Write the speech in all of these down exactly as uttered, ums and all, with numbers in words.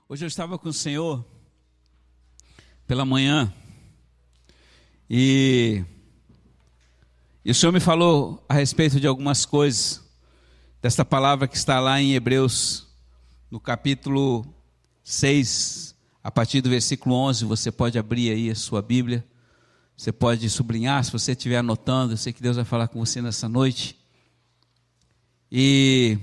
Hoje eu estava com o Senhor pela manhã e, e o Senhor me falou a respeito de algumas coisas, desta palavra que está lá em Hebreus, no capítulo seis, a partir do versículo onze. Você pode abrir aí a sua Bíblia, você pode sublinhar, se você estiver anotando. Eu sei que Deus vai falar com você nessa noite. E,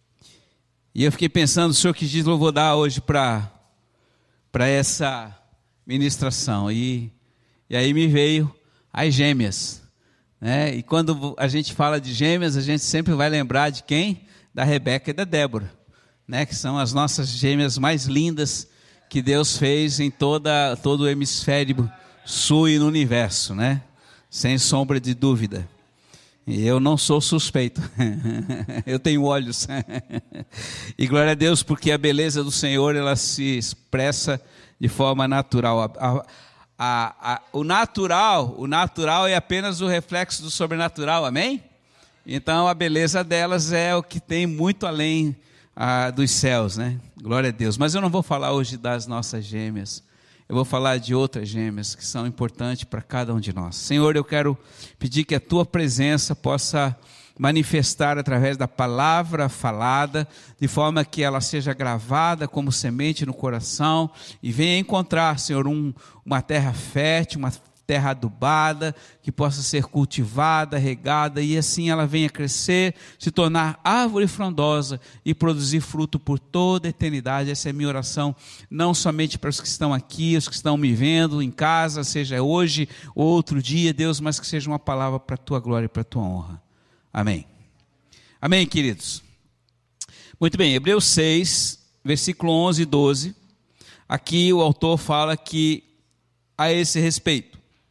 e eu fiquei pensando, o Senhor que diz, eu vou dar hoje para para essa ministração. E, e aí me veio as gêmeas, né? E quando a gente fala de gêmeas, a gente sempre vai lembrar de quem? Da Rebeca e da Débora, né? Que são as nossas gêmeas mais lindas que Deus fez em toda, todo o hemisfério sul e no universo, né? Sem sombra de dúvida. E eu não sou suspeito, eu tenho olhos. E glória a Deus, porque a beleza do Senhor, ela se expressa de forma natural. A, a, a, a, o natural, o natural é apenas o reflexo do sobrenatural, amém? Então a beleza delas é o que tem muito além ah, dos céus, né? Glória a Deus. Mas eu não vou falar hoje das nossas gêmeas. Eu vou falar de outras gêmeas que são importantes para cada um de nós. Senhor, eu quero pedir que a Tua presença possa manifestar através da palavra falada, de forma que ela seja gravada como semente no coração e venha encontrar, Senhor, um, uma terra fértil, uma terra adubada, que possa ser cultivada, regada, e assim ela venha crescer, se tornar árvore frondosa e produzir fruto por toda a eternidade. Essa é a minha oração, não somente para os que estão aqui, os que estão me vendo em casa, seja hoje ou outro dia, Deus, mas que seja uma palavra para a Tua glória e para a Tua honra. Amém. Amém, queridos. Muito bem, Hebreus seis, versículo onze e doze, aqui o autor fala que a esse respeito: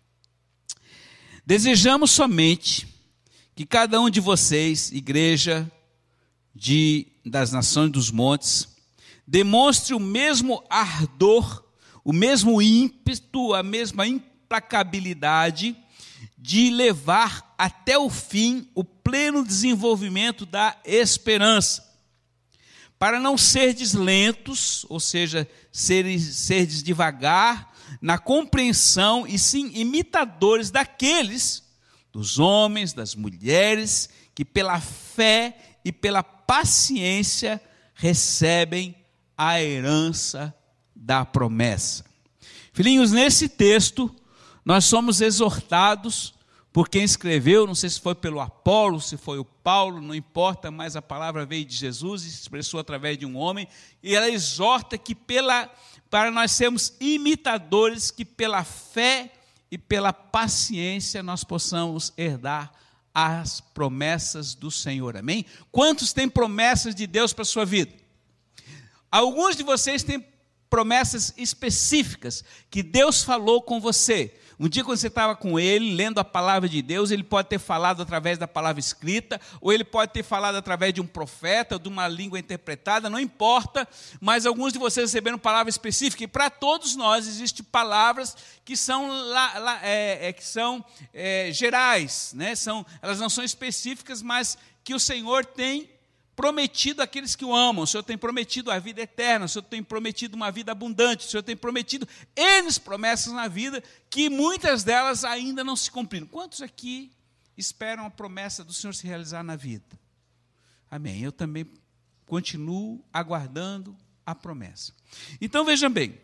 desejamos somente que cada um de vocês, igreja de, das nações dos montes, demonstre o mesmo ardor, o mesmo ímpeto, a mesma implacabilidade de levar até o fim o pleno desenvolvimento da esperança, para não serdes lentos, ou seja, serdes, serdes devagar na compreensão, e sim imitadores daqueles, dos homens, das mulheres, que pela fé e pela paciência recebem a herança da promessa. Filhinhos, nesse texto, nós somos exortados por quem escreveu, não sei se foi pelo Apolo, se foi o Paulo, não importa, mas a palavra veio de Jesus e se expressou através de um homem, e ela exorta que pela, para nós sermos imitadores, que pela fé e pela paciência nós possamos herdar as promessas do Senhor, amém? Quantos têm promessas de Deus para a sua vida? Alguns de vocês têm promessas específicas que Deus falou com você. Um dia, quando você estava com ele, lendo a palavra de Deus, ele pode ter falado através da palavra escrita, ou ele pode ter falado através de um profeta, ou de uma língua interpretada, não importa, mas alguns de vocês receberam palavra específica, e para todos nós existem palavras que são, lá, lá, é, é, que são é, gerais, né? São, elas não são específicas, mas que o Senhor tem prometido àqueles que o amam. O Senhor tem prometido a vida eterna, o Senhor tem prometido uma vida abundante, o Senhor tem prometido N promessas na vida, que muitas delas ainda não se cumpriram. Quantos aqui esperam a promessa do Senhor se realizar na vida? Amém. Eu também continuo aguardando a promessa. Então vejam bem,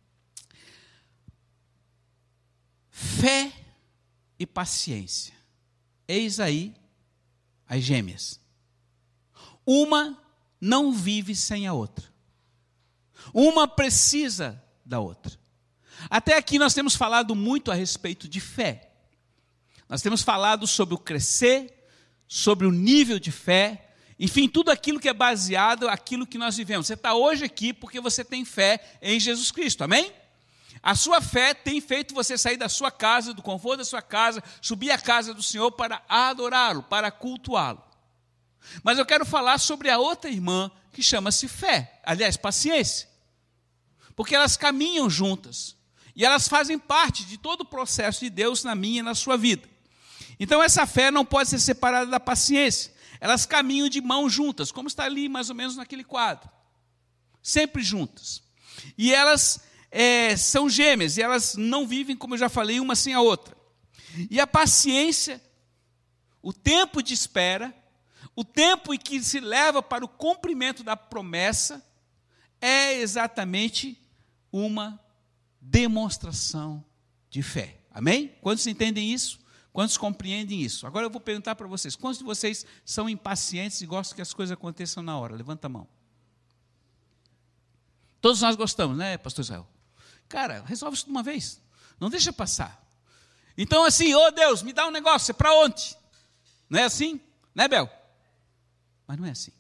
fé e paciência, eis aí as gêmeas. Uma não vive sem a outra. Uma precisa da outra. Até aqui nós temos falado muito a respeito de fé. Nós temos falado sobre o crescer, sobre o nível de fé, enfim, tudo aquilo que é baseado naquilo que nós vivemos. Você está hoje aqui porque você tem fé em Jesus Cristo, amém? A sua fé tem feito você sair da sua casa, do conforto da sua casa, subir à casa do Senhor para adorá-lo, para cultuá-lo. Mas eu quero falar sobre a outra irmã que chama-se fé, aliás, paciência, porque elas caminham juntas e elas fazem parte de todo o processo de Deus na minha e na sua vida. Então essa fé não pode ser separada da paciência, elas caminham de mãos juntas, como está ali mais ou menos naquele quadro, sempre juntas. E elas é, são gêmeas, e elas não vivem, como eu já falei, uma sem a outra. E a paciência, o tempo de espera, o tempo em que se leva para o cumprimento da promessa, é exatamente uma demonstração de fé. Amém? Quantos entendem isso? Quantos compreendem isso? Agora eu vou perguntar para vocês, quantos de vocês são impacientes e gostam que as coisas aconteçam na hora? Levanta a mão. Todos nós gostamos, né, pastor Israel? Cara, resolve isso de uma vez. Não deixa passar. Então assim, ô Deus, me dá um negócio, é para ontem. Não é assim? Né, Bel? Mas não é assim.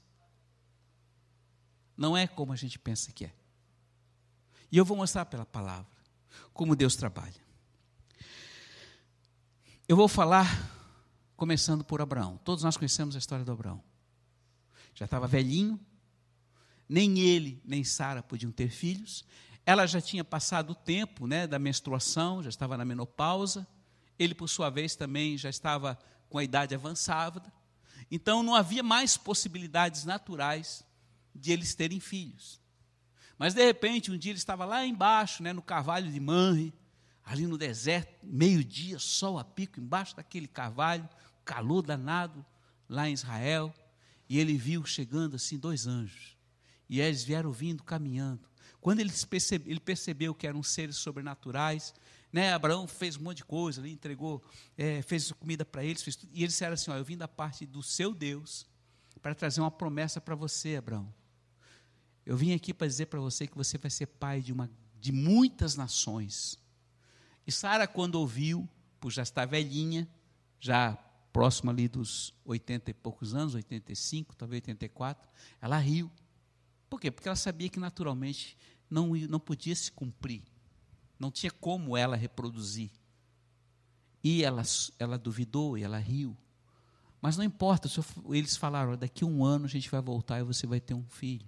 Não é como a gente pensa que é. E eu vou mostrar pela palavra como Deus trabalha. Eu vou falar começando por Abraão. Todos nós conhecemos a história do Abraão. Já estava velhinho, nem ele nem Sara podiam ter filhos. Ela já tinha passado o tempo, né, da menstruação, já estava na menopausa. Ele, por sua vez, também já estava com a idade avançada. Então, não havia mais possibilidades naturais de eles terem filhos. Mas, de repente, um dia ele estava lá embaixo, né, no carvalho de Manre, ali no deserto, meio-dia, sol a pico, embaixo daquele carvalho, calor danado, lá em Israel, e ele viu chegando assim dois anjos, e eles vieram vindo, caminhando. Quando ele percebeu, ele percebeu que eram seres sobrenaturais, né, Abraão fez um monte de coisa, ali, entregou, é, fez comida para eles, fez tudo, e eles disseram assim, ó, eu vim da parte do seu Deus, para trazer uma promessa para você, Abraão. Eu vim aqui para dizer para você que você vai ser pai de, uma, de muitas nações. E Sara, quando ouviu, por já estar velhinha, já próxima ali dos oitenta e poucos anos, oitenta e cinco, talvez oitenta e quatro, ela riu. Por quê? Porque ela sabia que naturalmente não, não podia se cumprir, não tinha como ela reproduzir. E ela, ela duvidou e ela riu. Mas não importa, eles falaram, daqui a um ano a gente vai voltar e você vai ter um filho.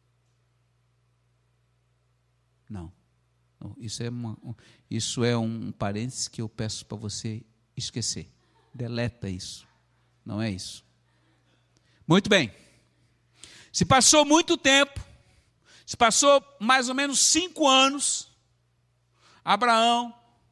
Não. Isso é, uma, isso é um parênteses que eu peço para você esquecer. Deleta isso. Não é isso. Muito bem. Se passou muito tempo, se passou mais ou menos cinco anos, Abraão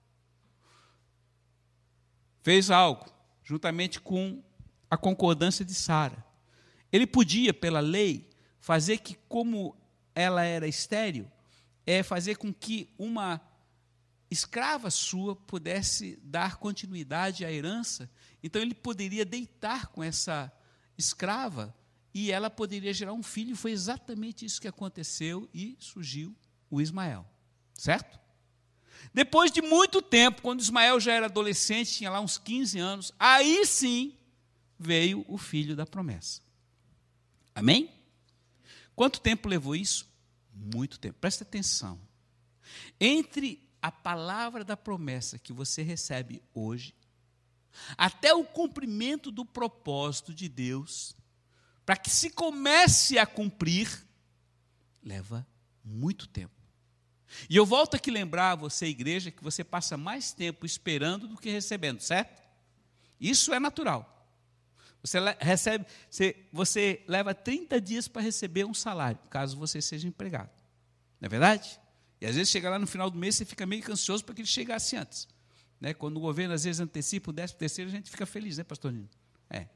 fez algo, juntamente com a concordância de Sara. Ele podia, pela lei, fazer que, como ela era estéril, é fazer com que uma escrava sua pudesse dar continuidade à herança. Então, ele poderia deitar com essa escrava e ela poderia gerar um filho. Foi exatamente isso que aconteceu e surgiu o Ismael. Certo? Depois de muito tempo, quando Ismael já era adolescente, tinha lá uns quinze anos, aí sim veio o filho da promessa. Amém? Quanto tempo levou isso? Muito tempo. Presta atenção. Entre a palavra da promessa que você recebe hoje, até o cumprimento do propósito de Deus, para que se comece a cumprir, leva muito tempo. E eu volto aqui lembrar a você, igreja, que você passa mais tempo esperando do que recebendo, certo? Isso é natural. Você recebe, você, você leva trinta dias para receber um salário, caso você seja empregado. Não é verdade? E às vezes chega lá no final do mês, você fica meio ansioso para que ele chegasse antes. Né? Quando o governo às vezes antecipa o décimo terceiro, a gente fica feliz, né, pastor Nino? É.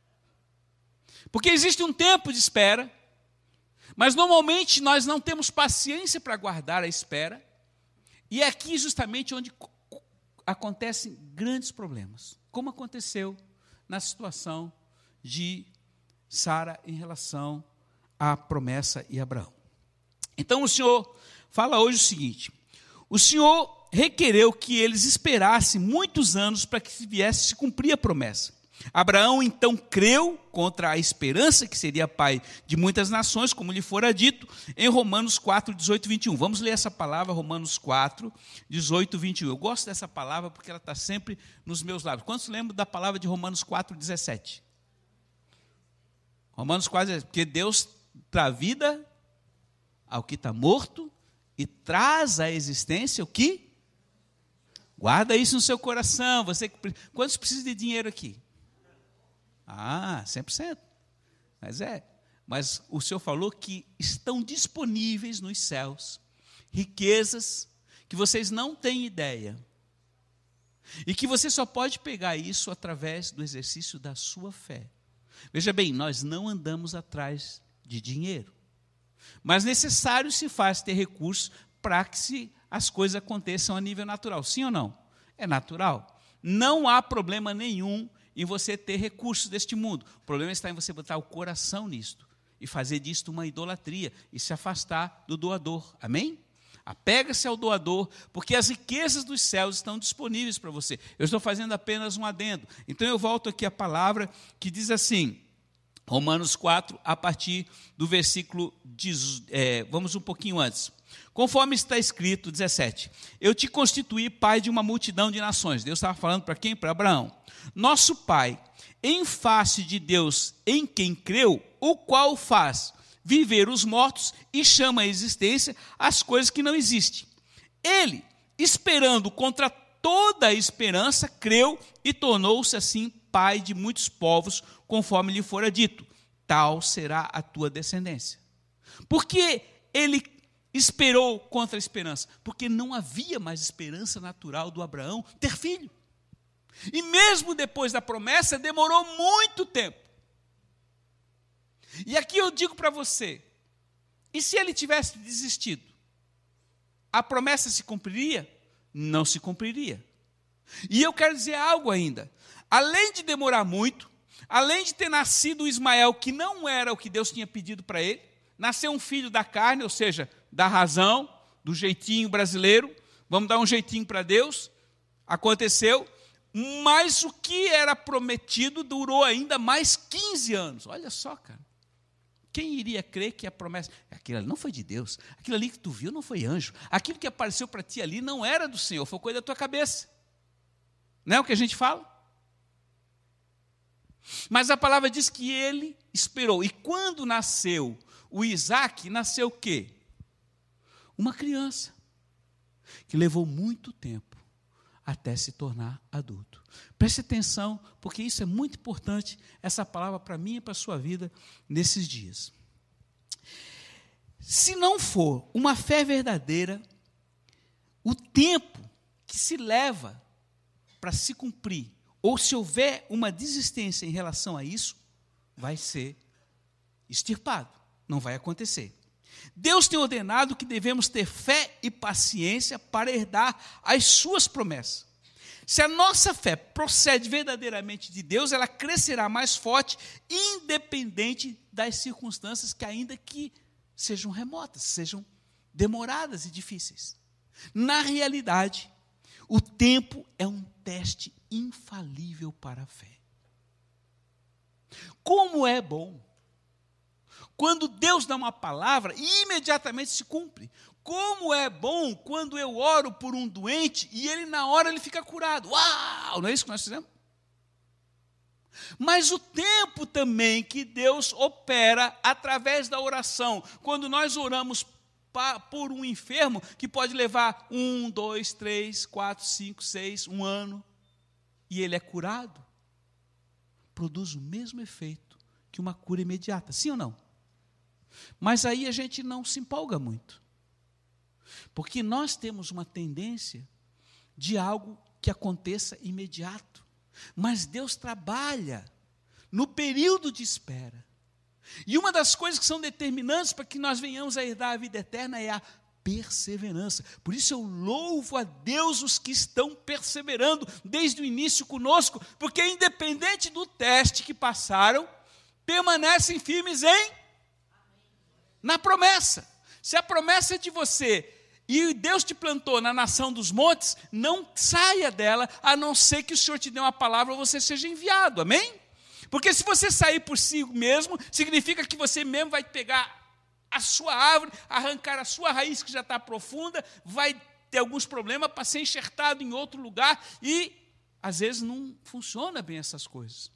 Porque existe um tempo de espera, mas normalmente nós não temos paciência para aguardar a espera, e é aqui justamente onde acontecem grandes problemas, como aconteceu na situação de Sara em relação à promessa e Abraão. Então o Senhor fala hoje o seguinte: o Senhor requereu que eles esperassem muitos anos para que se viesse se cumprir a promessa. Abraão então creu contra a esperança que seria pai de muitas nações, como lhe fora dito em Romanos quatro, dezoito e vinte e um. Vamos ler essa palavra, Romanos quatro, dezoito e vinte e um. Eu gosto dessa palavra porque ela está sempre nos meus lábios. Quantos lembram da palavra de Romanos quatro, dezessete? Romanos quatro, porque Deus dá vida ao que está morto e traz à existência o que? Guarda isso no seu coração. Você, quantos precisam de dinheiro aqui? Ah, cem por cento. Mas é. Mas o Senhor falou que estão disponíveis nos céus riquezas que vocês não têm ideia. E que você só pode pegar isso através do exercício da sua fé. Veja bem, nós não andamos atrás de dinheiro. Mas necessário se faz ter recursos para que se as coisas aconteçam a nível natural. Sim ou não? É natural. Não há problema nenhum em você ter recursos deste mundo. O problema está em você botar o coração nisto e fazer disto uma idolatria e se afastar do doador. Amém? Apega-se ao doador, porque as riquezas dos céus estão disponíveis para você. Eu estou fazendo apenas um adendo. Então eu volto aqui à palavra que diz assim, Romanos quatro, a partir do versículo, é, vamos um pouquinho antes. Conforme está escrito, dezessete, eu te constituí pai de uma multidão de nações. Deus estava falando para quem? Para Abraão. Nosso pai, em face de Deus em quem creu, o qual faz viver os mortos e chama à existência as coisas que não existem. Ele, esperando contra toda a esperança, creu e tornou-se assim pai de muitos povos, conforme lhe fora dito, tal será a tua descendência. Por que ele esperou contra a esperança? Porque não havia mais esperança natural do Abraão ter filho. E mesmo depois da promessa, demorou muito tempo. E aqui eu digo para você, e se ele tivesse desistido? A promessa se cumpriria? Não se cumpriria. E eu quero dizer algo ainda. Além de demorar muito, além de ter nascido o Ismael, que não era o que Deus tinha pedido para ele, nasceu um filho da carne, ou seja, da razão, do jeitinho brasileiro, vamos dar um jeitinho para Deus, aconteceu, mas o que era prometido durou ainda mais quinze anos. Olha só, cara. Quem iria crer que a promessa... Aquilo ali não foi de Deus. Aquilo ali que tu viu não foi anjo. Aquilo que apareceu para ti ali não era do Senhor, foi coisa da tua cabeça. Não é o que a gente fala? Mas a palavra diz que ele esperou. E quando nasceu o Isaac, nasceu o quê? Uma criança. Que levou muito tempo até se tornar adulto. Preste atenção, porque isso é muito importante, essa palavra para mim e para a sua vida nesses dias. Se não for uma fé verdadeira, o tempo que se leva para se cumprir, ou se houver uma desistência em relação a isso, vai ser extirpado, não vai acontecer. Deus tem ordenado que devemos ter fé e paciência para herdar as suas promessas. Se a nossa fé procede verdadeiramente de Deus, ela crescerá mais forte, independente das circunstâncias que ainda que sejam remotas, sejam demoradas e difíceis. Na realidade, o tempo é um teste infalível para a fé. Como é bom quando Deus dá uma palavra e imediatamente se cumpre. Como é bom quando eu oro por um doente e ele na hora ele fica curado. Uau! Não é isso que nós fizemos? Mas o tempo também que Deus opera através da oração, quando nós oramos pa, por um enfermo, que pode levar um, dois, três, quatro, cinco, seis, um ano, e ele é curado, produz o mesmo efeito que uma cura imediata, sim ou não? Mas aí a gente não se empolga muito. Porque nós temos uma tendência de algo que aconteça imediato. Mas Deus trabalha no período de espera. E uma das coisas que são determinantes para que nós venhamos a herdar a vida eterna é a perseverança. Por isso eu louvo a Deus os que estão perseverando desde o início conosco, porque independente do teste que passaram, permanecem firmes em na promessa. Se a promessa é de você e Deus te plantou na nação dos montes, não saia dela, a não ser que o Senhor te dê uma palavra ou você seja enviado, amém? Porque se você sair por si mesmo, significa que você mesmo vai pegar a sua árvore, arrancar a sua raiz que já está profunda, vai ter alguns problemas para ser enxertado em outro lugar e, às vezes, não funciona bem essas coisas.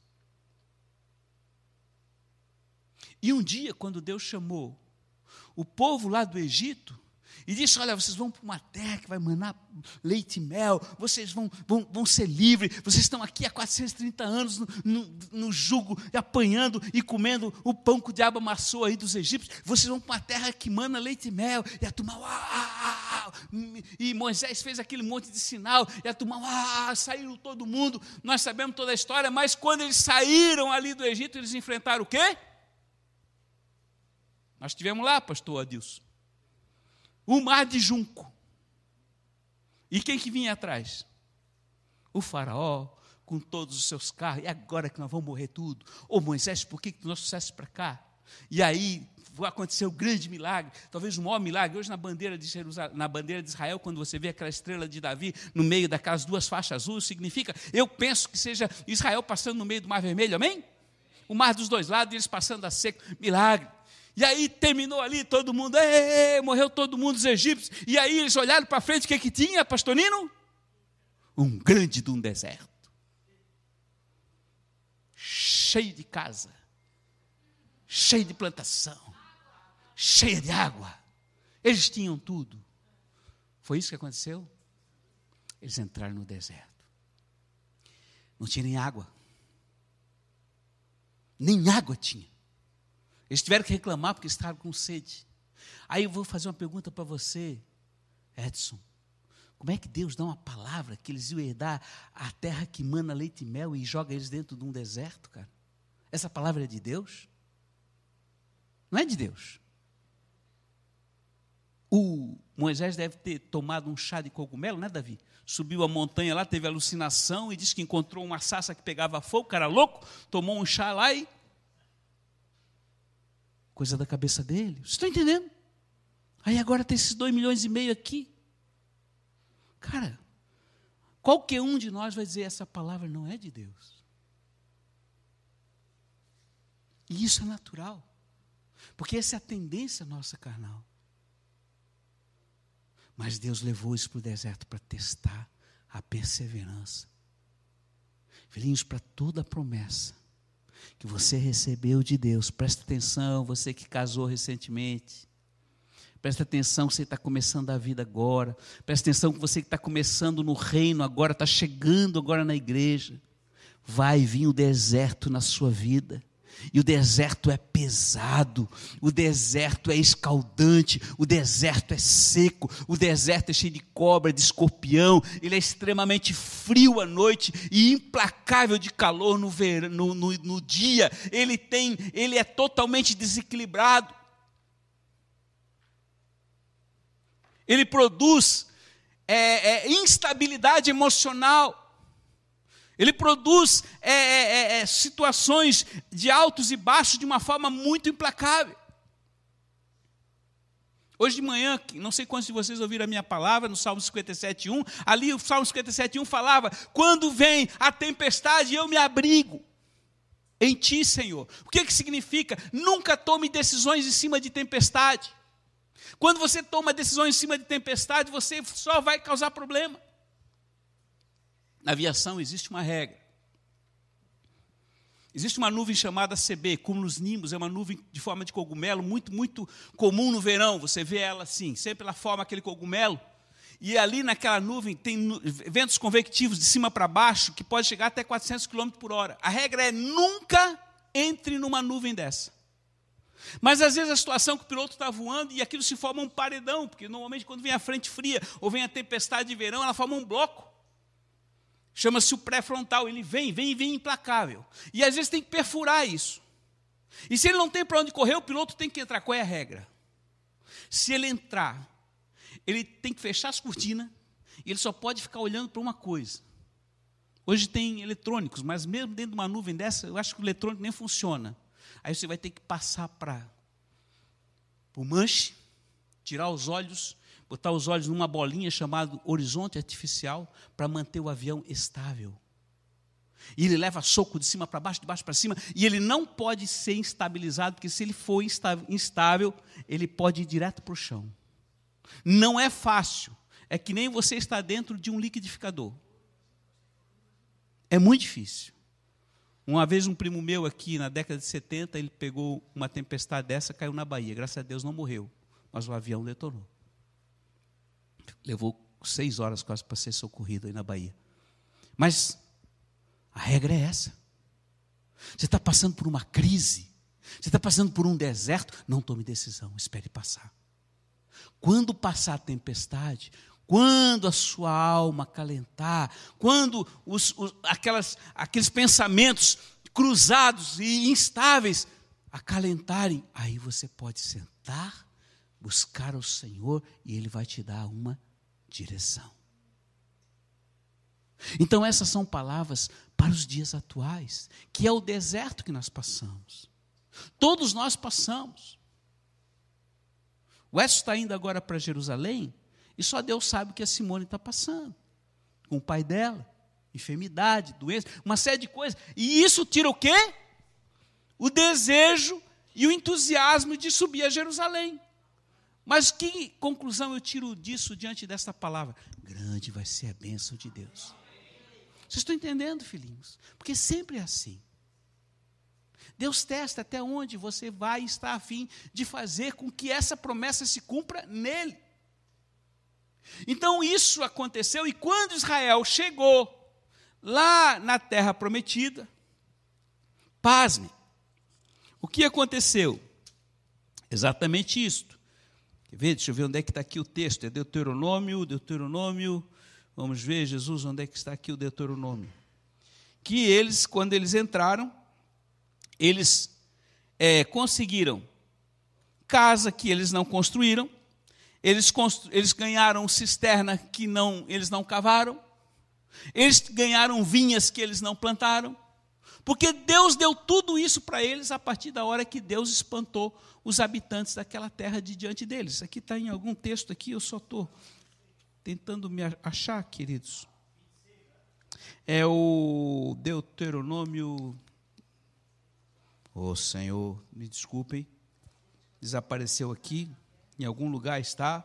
E um dia, quando Deus chamou o povo lá do Egito, e disse, olha, vocês vão para uma terra que vai manar leite e mel, vocês vão, vão, vão ser livres, vocês estão aqui há quatrocentos e trinta anos no, no, no jugo, apanhando e comendo o pão que o diabo amassou aí dos egípcios, vocês vão para uma terra que mana leite e mel, e a turma, ah, ah, e Moisés fez aquele monte de sinal, e a turma, ah, saíram todo mundo, nós sabemos toda a história, mas quando eles saíram ali do Egito, eles enfrentaram o quê? Nós estivemos lá, pastor Adilson. O mar de junco. E quem que vinha atrás? O faraó, com todos os seus carros. E agora que nós vamos morrer tudo? Ô Moisés, por que nós trouxemos para cá? E aí aconteceu um grande milagre, talvez o maior milagre. Hoje na bandeira de Jerusalém, na bandeira de Israel, quando você vê aquela estrela de Davi no meio daquelas duas faixas azuis, significa, eu penso que seja Israel passando no meio do Mar Vermelho, amém? O mar dos dois lados, e eles passando a seco, milagre. E aí terminou ali, todo mundo, ei, morreu todo mundo, os egípcios. E aí eles olharam para frente, o que que tinha, pastor Nino? Um grande de um deserto. Cheio de casa. Cheio de plantação. Cheia de água. Eles tinham tudo. Foi isso que aconteceu? Eles entraram no deserto. Não tinha nem água. Nem água tinha. Eles tiveram que reclamar porque estavam com sede. Aí eu vou fazer uma pergunta para você, Edson. Como é que Deus dá uma palavra que eles iam herdar a terra que mana leite e mel e joga eles dentro de um deserto, cara? Essa palavra é de Deus? Não é de Deus. O Moisés deve ter tomado um chá de cogumelo, né, Davi? Subiu a montanha lá, teve alucinação e disse que encontrou uma sarça que pegava fogo, o cara louco, tomou um chá lá e... coisa da cabeça dele. Vocês estão entendendo? Aí agora tem esses dois milhões e meio aqui. Cara, qualquer um de nós vai dizer, essa palavra não é de Deus. E isso é natural. Porque essa é a tendência nossa carnal. Mas Deus levou isso para o deserto para testar a perseverança. Filhinhos, para toda a promessa que você recebeu de Deus, presta atenção, você que casou recentemente, presta atenção que você está começando a vida agora, presta atenção que você que está começando no reino agora, está chegando agora na igreja, vai vir o deserto na sua vida, e o deserto é pesado, o deserto é escaldante, o deserto é seco, o deserto é cheio de cobra, de escorpião, ele é extremamente frio à noite e implacável de calor no, ver, no, no, no dia, ele, tem, ele é totalmente desequilibrado, ele produz é, é, instabilidade emocional, ele produz é, é, é, situações de altos e baixos de uma forma muito implacável. Hoje de manhã, não sei quantos de vocês ouviram a minha palavra no Salmo cinquenta e sete, um, ali o Salmo cinquenta e sete, um falava, quando vem a tempestade eu me abrigo em ti, Senhor. O que que significa? Nunca tome decisões em cima de tempestade. Quando você toma decisões em cima de tempestade, você só vai causar problema. Na aviação existe uma regra. Existe uma nuvem chamada C B, cumulus nimbus, é uma nuvem de forma de cogumelo, muito, muito comum no verão. Você vê ela assim, sempre ela forma aquele cogumelo. E ali naquela nuvem tem ventos convectivos de cima para baixo, que pode chegar até quatrocentos quilômetros por hora. A regra é nunca entre numa nuvem dessa. Mas às vezes a situação que o piloto está voando e aquilo se forma um paredão, porque normalmente quando vem a frente fria ou vem a tempestade de verão, ela forma um bloco. Chama-se o pré-frontal, ele vem, vem e vem implacável. E às vezes tem que perfurar isso. E se ele não tem para onde correr, o piloto tem que entrar. Qual é a regra? Se ele entrar, ele tem que fechar as cortinas e ele só pode ficar olhando para uma coisa. Hoje tem eletrônicos, mas mesmo dentro de uma nuvem dessa, eu acho que o eletrônico nem funciona. Aí você vai ter que passar para o manche, tirar os olhos, botar os olhos numa bolinha chamada horizonte artificial para manter o avião estável. E ele leva soco de cima para baixo, de baixo para cima, e ele não pode ser instabilizado, porque se ele for instável, ele pode ir direto para o chão. Não é fácil, é que nem você está dentro de um liquidificador. É muito difícil. Uma vez um primo meu aqui, na década de setenta, ele pegou uma tempestade dessa, caiu na Bahia, graças a Deus não morreu, mas o avião detonou. Levou seis horas quase para ser socorrido aí na Bahia. Mas a regra é essa. Você está passando por uma crise, você está passando por um deserto, não tome decisão, espere passar. quando passar a tempestade, quando a sua alma acalentar, quando os, os, aquelas, aqueles pensamentos cruzados e instáveis acalentarem, aí você pode sentar, buscar o Senhor e Ele vai te dar uma direção. Então essas são palavras para os dias atuais, que é o deserto que nós passamos. Todos nós passamos. O Edson está indo agora para Jerusalém, e só Deus sabe o que a Simone está passando, com o pai dela, enfermidade, doença, uma série de coisas. E isso tira o quê? O desejo e o entusiasmo de subir a Jerusalém. Mas que conclusão eu tiro disso diante desta palavra? Grande vai ser a bênção de Deus. Vocês estão entendendo, filhinhos? Porque sempre é assim. Deus testa até onde você vai estar a fim de fazer com que essa promessa se cumpra nele. Então isso aconteceu, e quando Israel chegou lá na terra prometida, pasme, o que aconteceu? Exatamente isto. Quer ver? Deixa eu ver onde é que está aqui o texto. É Deuteronômio, Deuteronômio, vamos ver, Jesus, onde é que está aqui o Deuteronômio? Que eles, quando eles entraram, eles é, conseguiram casa que eles não construíram, eles, constru, eles ganharam cisterna que não, eles não cavaram, eles ganharam vinhas que eles não plantaram, porque Deus deu tudo isso para eles a partir da hora que Deus espantou os habitantes daquela terra de diante deles. Aqui está em algum texto aqui, eu só estou tentando me achar, queridos. É o Deuteronômio... Oh, Senhor, me desculpem, desapareceu aqui, em algum lugar está.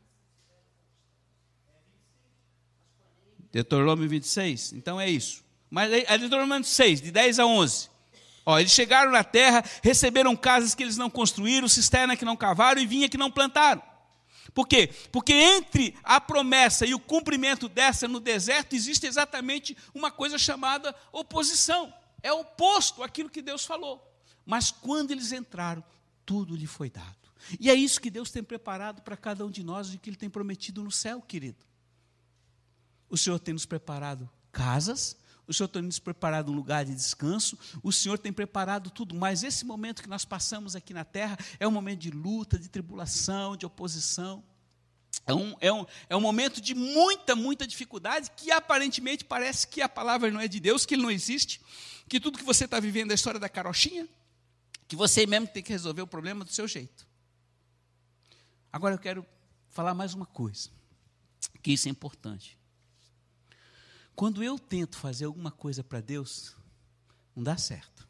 Deuteronômio vinte e seis, então é isso. Mas é Deuteronômio vinte e seis, de dez a onze. Ó, eles chegaram na terra, receberam casas que eles não construíram, cisterna que não cavaram e vinha que não plantaram. Por quê? Porque entre a promessa e o cumprimento dessa no deserto existe exatamente uma coisa chamada oposição. É oposto àquilo que Deus falou. Mas quando eles entraram, tudo lhe foi dado. E é isso que Deus tem preparado para cada um de nós, e que Ele tem prometido no céu, querido. O Senhor tem nos preparado casas, o Senhor tem nos preparado um lugar de descanso, o Senhor tem preparado tudo, mas esse momento que nós passamos aqui na terra é um momento de luta, de tribulação, de oposição. É um, é, um, é um momento de muita, muita dificuldade, que aparentemente parece que a palavra não é de Deus, que Ele não existe, que tudo que você está vivendo é a história da carochinha, que você mesmo tem que resolver o problema do seu jeito. Agora eu quero falar mais uma coisa, que isso é importante. Quando eu tento fazer alguma coisa para Deus, não dá certo.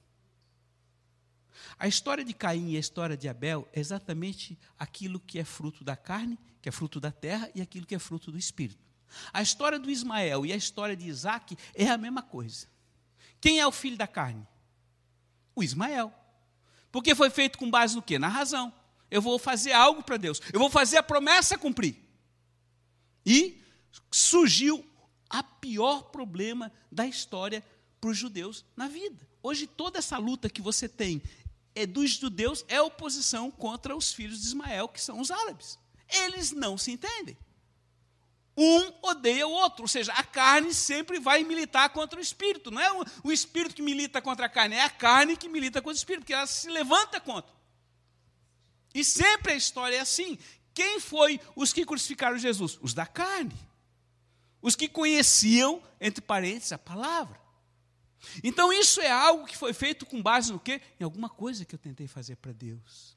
A história de Caim e a história de Abel é exatamente aquilo que é fruto da carne, que é fruto da terra, e aquilo que é fruto do Espírito. A história do Ismael e a história de Isaac é a mesma coisa. Quem é o filho da carne? O Ismael. Porque foi feito com base no quê? Na razão. Eu vou fazer algo para Deus. Eu vou fazer a promessa cumprir. E surgiu a pior problema da história para os judeus na vida. Hoje toda essa luta que você tem é dos judeus é oposição contra os filhos de Ismael, que são os árabes. Eles não se entendem. Um odeia o outro, ou seja, a carne sempre vai militar contra o espírito. Não é o espírito que milita contra a carne, é a carne que milita contra o espírito, porque ela se levanta contra. E sempre a história é assim. Quem foi os que crucificaram Jesus? Os da carne. Os que conheciam, entre parênteses, a palavra. Então isso é algo que foi feito com base no quê? Em alguma coisa que eu tentei fazer para Deus.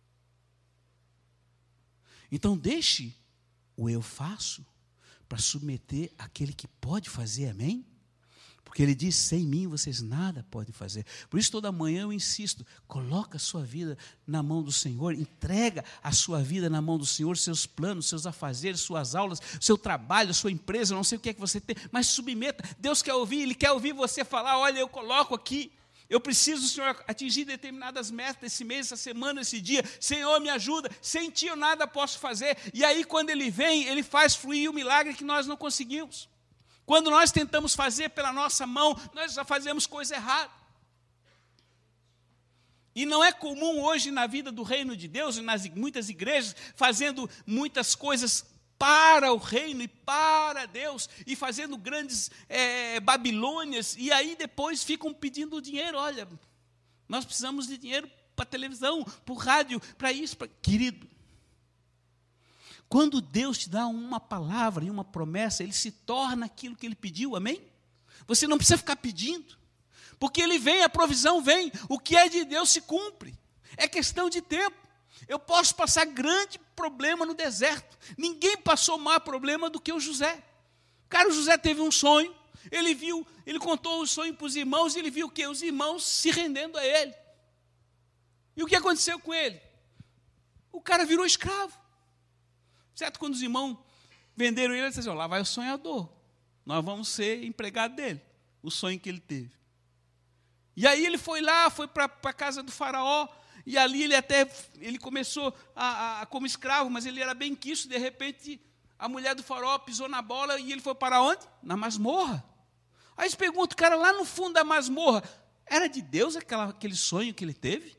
Então deixe o eu faço para submeter aquele que pode fazer, amém? Porque Ele diz, sem mim vocês nada podem fazer. Por isso toda manhã eu insisto, coloca a sua vida na mão do Senhor, entrega a sua vida na mão do Senhor, seus planos, seus afazeres, suas aulas, seu trabalho, sua empresa, não sei o que é que você tem, mas submeta. Deus quer ouvir, Ele quer ouvir você falar, olha, eu coloco aqui, eu preciso, Senhor, atingir determinadas metas esse mês, essa semana, esse dia. Senhor, me ajuda. Sem Ti eu nada posso fazer. E aí, quando Ele vem, Ele faz fluir o milagre que nós não conseguimos. Quando nós tentamos fazer pela nossa mão, nós já fazemos coisa errada. E não é comum hoje na vida do reino de Deus, e nas muitas igrejas, fazendo muitas coisas para o reino e para Deus, e fazendo grandes é, Babilônias, e aí depois ficam pedindo dinheiro. Olha, nós precisamos de dinheiro para televisão, para o rádio, para isso. Pra... Querido, quando Deus te dá uma palavra e uma promessa, Ele se torna aquilo que Ele pediu, amém? Você não precisa ficar pedindo, porque Ele vem, a provisão vem, o que é de Deus se cumpre, é questão de tempo. Eu posso passar grande problema no deserto, ninguém passou mais problema do que o José. Cara, o José teve um sonho, ele viu, ele contou o sonho para os irmãos, e ele viu o quê? Os irmãos se rendendo a ele. E o que aconteceu com ele? O cara virou escravo. Certo? Quando os irmãos venderam ele, ele disse assim, lá vai o sonhador, nós vamos ser empregados dele, o sonho que ele teve. E aí ele foi lá, foi para a casa do faraó, e ali ele até, ele começou a, a, como escravo, mas ele era bem quisto. De repente, a mulher do faraó pisou na bola, e ele foi para onde? Na masmorra. Aí se pergunta, cara, lá no fundo da masmorra, era de Deus aquela, aquele sonho que ele teve?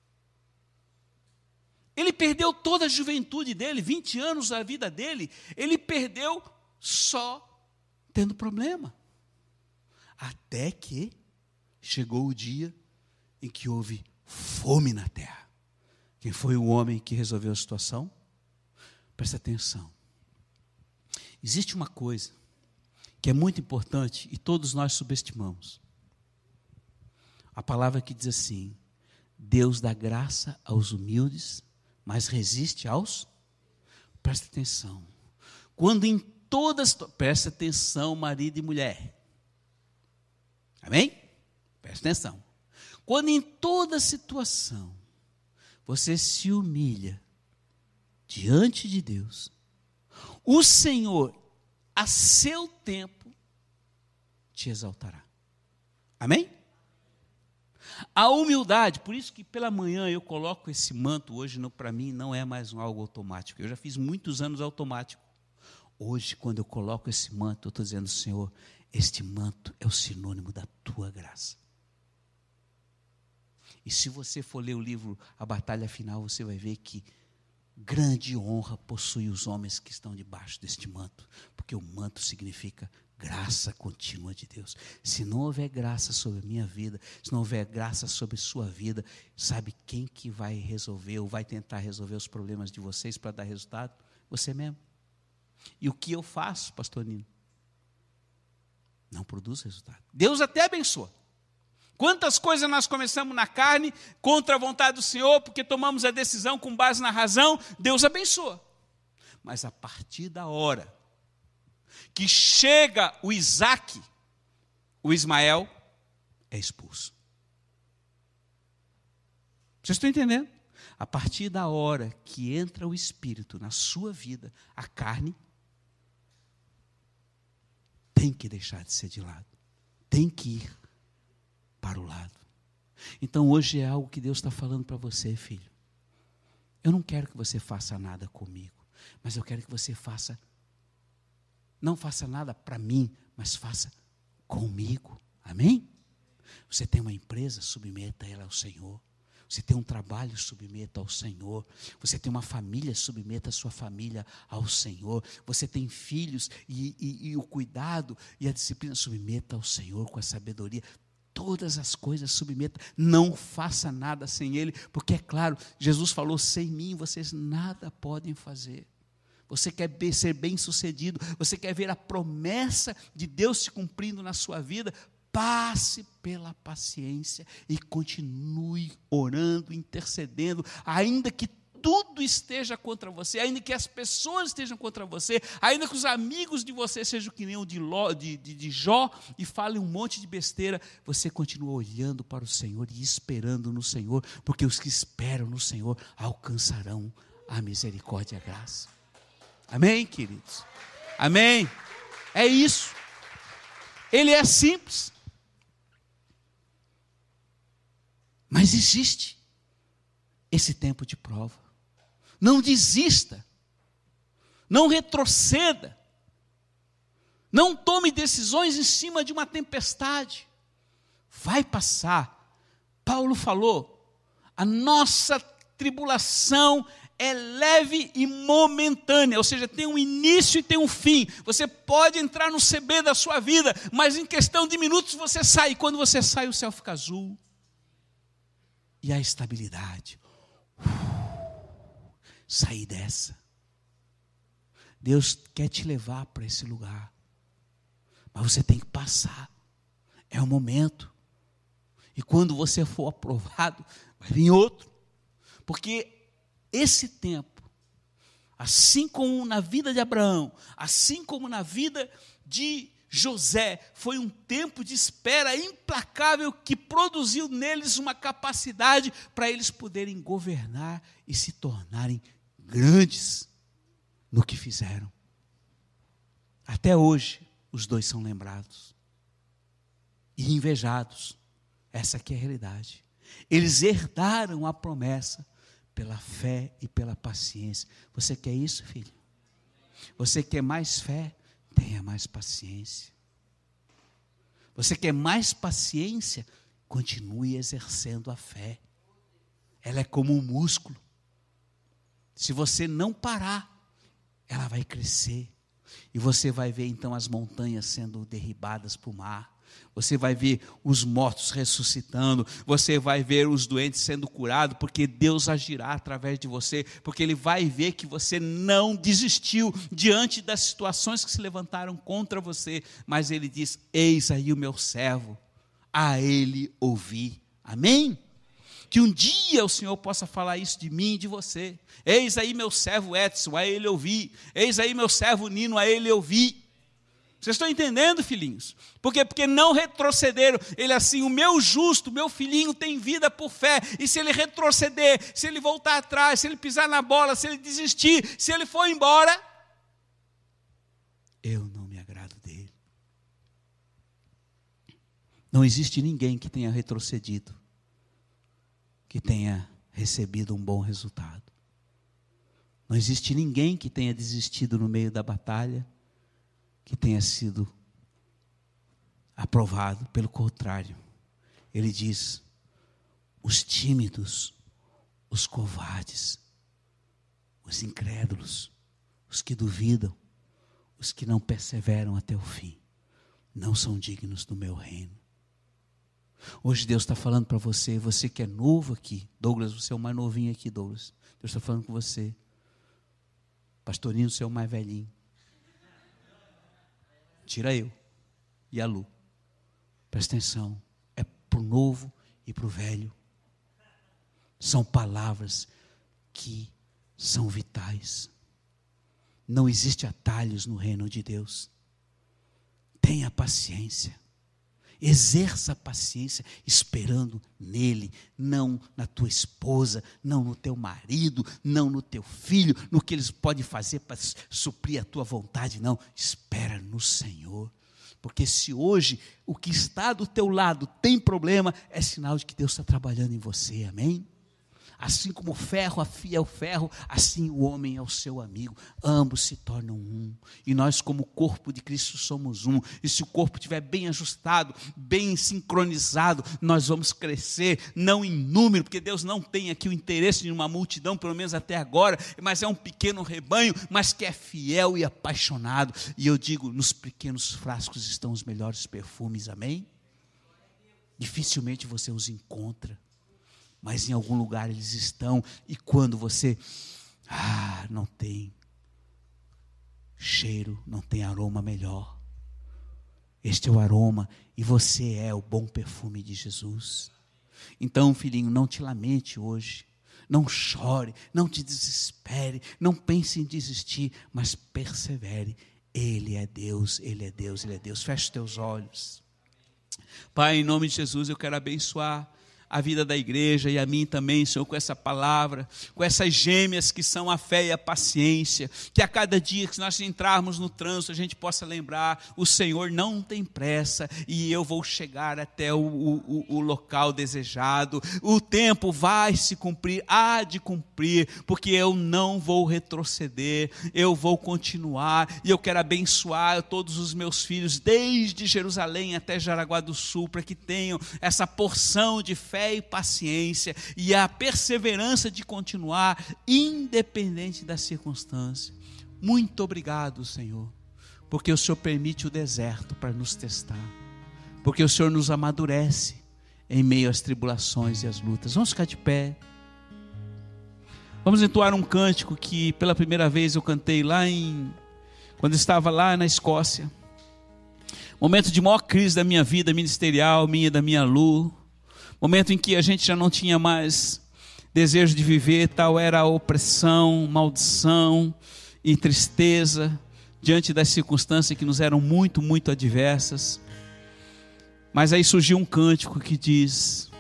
Ele perdeu toda a juventude dele, vinte anos da vida dele, ele perdeu só tendo problema. Até que chegou o dia em que houve fome na terra. Quem foi o homem que resolveu a situação? Presta atenção. Existe uma coisa que é muito importante e todos nós subestimamos. A palavra que diz assim: Deus dá graça aos humildes, mas resiste aos... Presta atenção. Quando em todas... Presta atenção, marido e mulher. Amém? Presta atenção. Quando em toda situação você se humilha diante de Deus, o Senhor, a seu tempo, te exaltará. Amém? A humildade, por isso que pela manhã eu coloco esse manto, hoje para mim não é mais um algo automático, eu já fiz muitos anos automático. Hoje, quando eu coloco esse manto, eu estou dizendo, Senhor, este manto é o sinônimo da tua graça. E se você for ler o livro A Batalha Final, você vai ver que grande honra possui os homens que estão debaixo deste manto, porque o manto significa graça contínua de Deus. Se não houver graça sobre a minha vida, se não houver graça sobre a sua vida, sabe quem que vai resolver ou vai tentar resolver os problemas de vocês para dar resultado? Você mesmo. E o que eu faço, pastor Nino? Não produz resultado. Deus até abençoa. Quantas coisas nós começamos na carne, contra a vontade do Senhor, porque tomamos a decisão com base na razão, Deus abençoa. Mas a partir da hora que chega o Isaac, o Ismael é expulso. Vocês estão entendendo? A partir da hora que entra o Espírito na sua vida, a carne tem que deixar de ser de lado, tem que ir para o lado. Então hoje é algo que Deus está falando para você, filho. Eu não quero que você faça nada comigo, mas eu quero que você faça, não faça nada para mim, mas faça comigo, amém? Você tem uma empresa, submeta ela ao Senhor. Você tem um trabalho, submeta ao Senhor. Você tem uma família, submeta a sua família ao Senhor. Você tem filhos e, e, e o cuidado e a disciplina, submeta ao Senhor com a sabedoria. Todas as coisas submeta, não faça nada sem Ele, porque é claro, Jesus falou, sem mim vocês nada podem fazer. Você quer ser bem sucedido, você quer ver a promessa de Deus se cumprindo na sua vida, passe pela paciência e continue orando, intercedendo, ainda que tudo esteja contra você, ainda que as pessoas estejam contra você, ainda que os amigos de você sejam que nem o de, Ló, de, de, de Jó e falem um monte de besteira, você continua olhando para o Senhor e esperando no Senhor, porque os que esperam no Senhor alcançarão a misericórdia e a graça. Amém, queridos? Amém? É isso. Ele é simples. Mas existe esse tempo de prova. Não desista. Não retroceda. Não tome decisões em cima de uma tempestade. Vai passar. Paulo falou, a nossa tribulação é leve e momentânea, ou seja, tem um início e tem um fim. Você pode entrar no C B da sua vida, mas em questão de minutos você sai. E quando você sai, o céu fica azul. E a estabilidade. Uh, sair dessa. Deus quer te levar para esse lugar. Mas você tem que passar. É o momento. E quando você for aprovado, vai vir outro. Porque esse tempo, assim como na vida de Abraão, assim como na vida de José, foi um tempo de espera implacável que produziu neles uma capacidade para eles poderem governar e se tornarem grandes no que fizeram. Até hoje, os dois são lembrados e invejados. Essa aqui é a realidade. Eles herdaram a promessa pela fé e pela paciência. Você quer isso, filho? Você quer mais fé? Tenha mais paciência. Você quer mais paciência? Continue exercendo a fé. Ela é como um músculo. Se você não parar, ela vai crescer. E você vai ver então as montanhas sendo derribadas para o mar. Você vai ver os mortos ressuscitando, você vai ver os doentes sendo curados, porque Deus agirá através de você, porque Ele vai ver que você não desistiu diante das situações que se levantaram contra você, mas Ele diz, eis aí o meu servo, a Ele ouvi, amém? Que um dia o Senhor possa falar isso de mim e de você, eis aí meu servo Edson, a Ele ouvi, eis aí meu servo Nino, a Ele ouvi. Vocês estão entendendo, filhinhos? Por quê? Porque não retrocederam. Ele assim, o meu justo, o meu filhinho tem vida por fé. E se ele retroceder, se ele voltar atrás, se ele pisar na bola, se ele desistir, se ele for embora, eu não me agrado dele. Não existe ninguém que tenha retrocedido, que tenha recebido um bom resultado. Não existe ninguém que tenha desistido no meio da batalha, que tenha sido aprovado. Pelo contrário, ele diz, os tímidos, os covardes, os incrédulos, os que duvidam, os que não perseveram até o fim, não são dignos do meu reino. Hoje Deus está falando para você, você que é novo aqui, Douglas, você é o mais novinho aqui, Douglas, Deus está falando com você, Pastorinho, você é o mais velhinho, tira eu e a Lu. Presta atenção, é para o novo e para o velho. São palavras que são vitais. Não existe atalhos no reino de Deus. Tenha paciência. Exerça a paciência esperando nele, não na tua esposa, não no teu marido, não no teu filho, no que eles podem fazer para suprir a tua vontade, não. Espera no Senhor, porque se hoje o que está do teu lado tem problema, é sinal de que Deus está trabalhando em você, amém? Assim como o ferro afia o ferro, assim o homem é o seu amigo. Ambos se tornam um. E nós, como corpo de Cristo, somos um. E se o corpo estiver bem ajustado, bem sincronizado, nós vamos crescer, não em número, porque Deus não tem aqui o interesse de uma multidão, pelo menos até agora, mas é um pequeno rebanho, mas que é fiel e apaixonado. E eu digo, nos pequenos frascos estão os melhores perfumes, amém? Dificilmente você os encontra, mas em algum lugar eles estão, e quando você, ah, não tem cheiro, não tem aroma melhor, este é o aroma, e você é o bom perfume de Jesus. Então, filhinho, não te lamente hoje, não chore, não te desespere, não pense em desistir, mas persevere, Ele é Deus, Ele é Deus, Ele é Deus. Feche os teus olhos. Pai, em nome de Jesus, eu quero abençoar a vida da igreja e a mim também, Senhor, com essa palavra, com essas gêmeas que são a fé e a paciência, que a cada dia que nós entrarmos no trânsito, a gente possa lembrar, o Senhor não tem pressa, e eu vou chegar até o, o, o local desejado, o tempo vai se cumprir, há de cumprir, porque eu não vou retroceder, eu vou continuar, e eu quero abençoar todos os meus filhos, desde Jerusalém até Jaraguá do Sul, para que tenham essa porção de fé fé e paciência e a perseverança de continuar, independente da circunstância. Muito obrigado, Senhor, porque o Senhor permite o deserto para nos testar, porque o Senhor nos amadurece em meio às tribulações e às lutas. Vamos ficar de pé. Vamos entoar um cântico que pela primeira vez eu cantei lá em... quando estava lá na Escócia. Momento de maior crise da minha vida ministerial, minha e da minha Lu. Momento em que a gente já não tinha mais desejo de viver, tal era a opressão, maldição e tristeza diante das circunstâncias que nos eram muito, muito adversas. Mas aí surgiu um cântico que diz: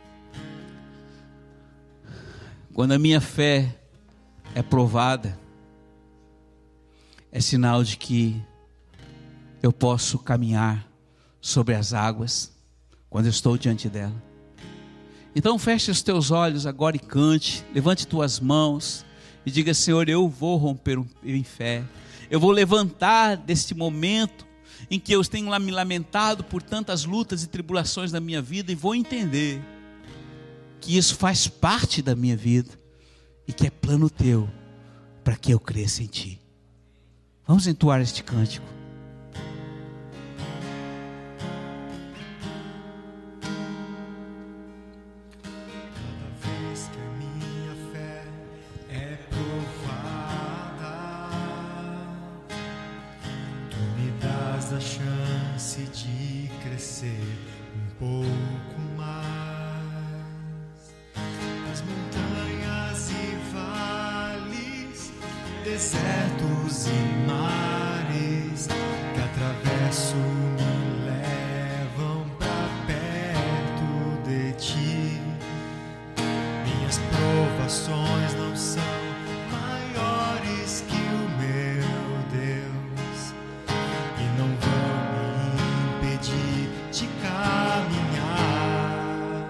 quando a minha fé é provada, é sinal de que eu posso caminhar sobre as águas quando eu estou diante dela. Então feche os teus olhos agora e cante, levante tuas mãos e diga: Senhor, eu vou romper em fé, eu vou levantar deste momento em que eu tenho me lamentado por tantas lutas e tribulações da minha vida, e vou entender que isso faz parte da minha vida e que é plano teu para que eu cresça em ti. Vamos entoar este cântico. A chance de crescer um pouco mais. As montanhas e vales, desertos e mares que atravesso me levam pra perto de ti. Minhas provações não são maiores que o meu Deus, não vão me impedir de caminhar.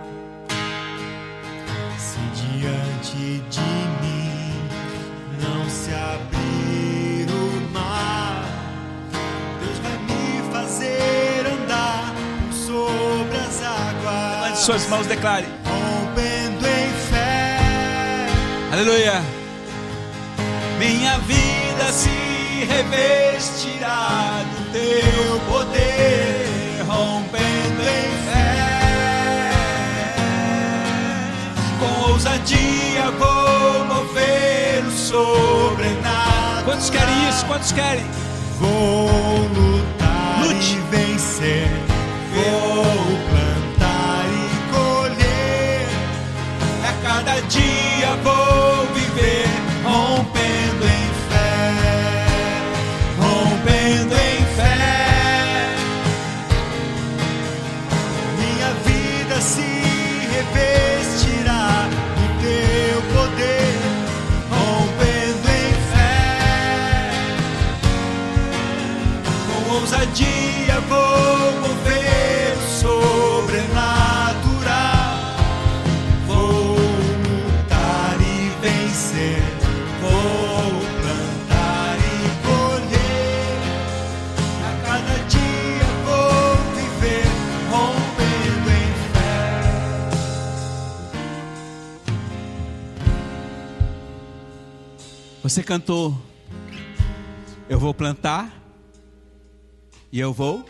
Se diante de mim não se abrir o mar, Deus vai me fazer andar sobre as águas. Levante suas mãos, declare: rompendo em fé. Aleluia. Minha vida se revestirá do teu poder, rompendo em fé. Com ousadia vou mover o sobrenatural. Quantos querem isso? Quantos querem? Vou lutar Lute. e vencer. Vou plantar e colher. A cada dia vou viver, rompendo em rompendo em fé. Minha vida se revestirá do teu poder, rompendo em fé. Com ousadia vou mover o sobrenatural. Vou lutar e vencer. Vou plantar e colher. A cada dia vou viver, rompendo em fé. Você cantou: eu vou plantar e eu vou.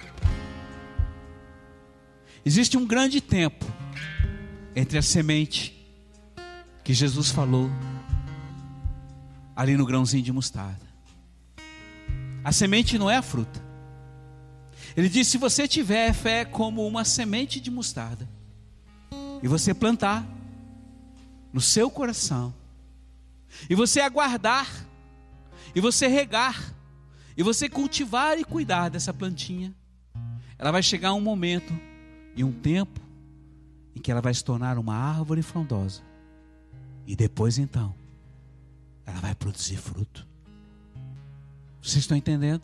Existe um grande tempo entre a semente que Jesus falou ali no grãozinho de mostarda. A semente não é a fruta. Ele disse: se você tiver fé como uma semente de mostarda, e você plantar no seu coração, e você aguardar, e você regar, e você cultivar e cuidar dessa plantinha, ela vai chegar um momento e um tempo em que ela vai se tornar uma árvore frondosa, e depois então ela vai produzir fruto. Vocês estão entendendo?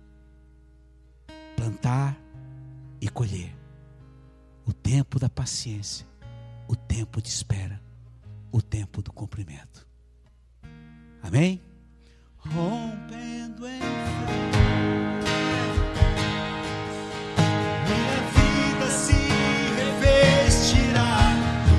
Plantar e colher. O tempo da paciência, o tempo de espera, o tempo do cumprimento. Amém? Rompendo em fé. Minha vida se revestirá do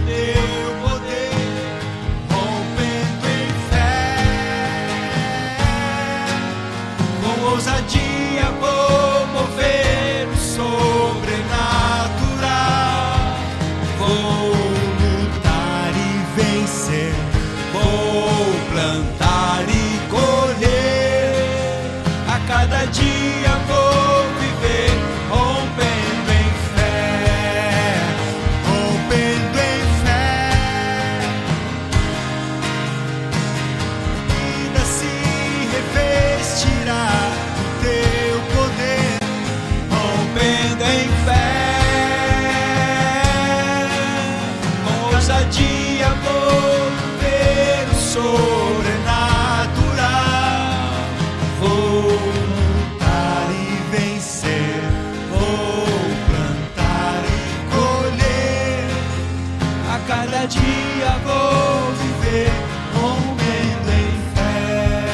ousadia vou mover o sobrenatural. Vou lutar e vencer, vou plantar e colher. A cada dia vou viver rompendo em fé, rompendo em fé. Vida se revestirá do teu poder, rompendo em fé. Com ousadia vou ver o sobrenatural. Vou lutar e vencer, vou plantar e colher. A cada dia vou viver rompendo em fé.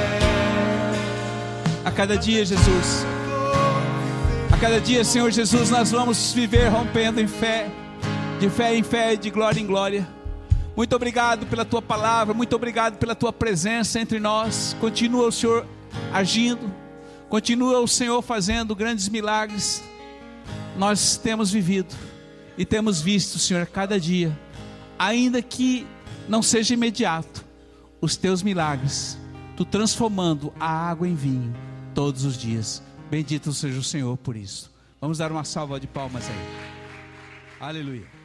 A cada dia, Jesus, a cada dia, Senhor Jesus, nós vamos viver rompendo em fé, de fé em fé e de glória em glória. Muito obrigado pela tua palavra, muito obrigado pela tua presença entre nós. Continua o Senhor agindo, continua o Senhor fazendo grandes milagres. Nós temos vivido e temos visto, Senhor, cada dia, ainda que não seja imediato, os teus milagres, tu transformando a água em vinho todos os dias. Bendito seja o Senhor por isso. Vamos dar uma salva de palmas aí. Aleluia.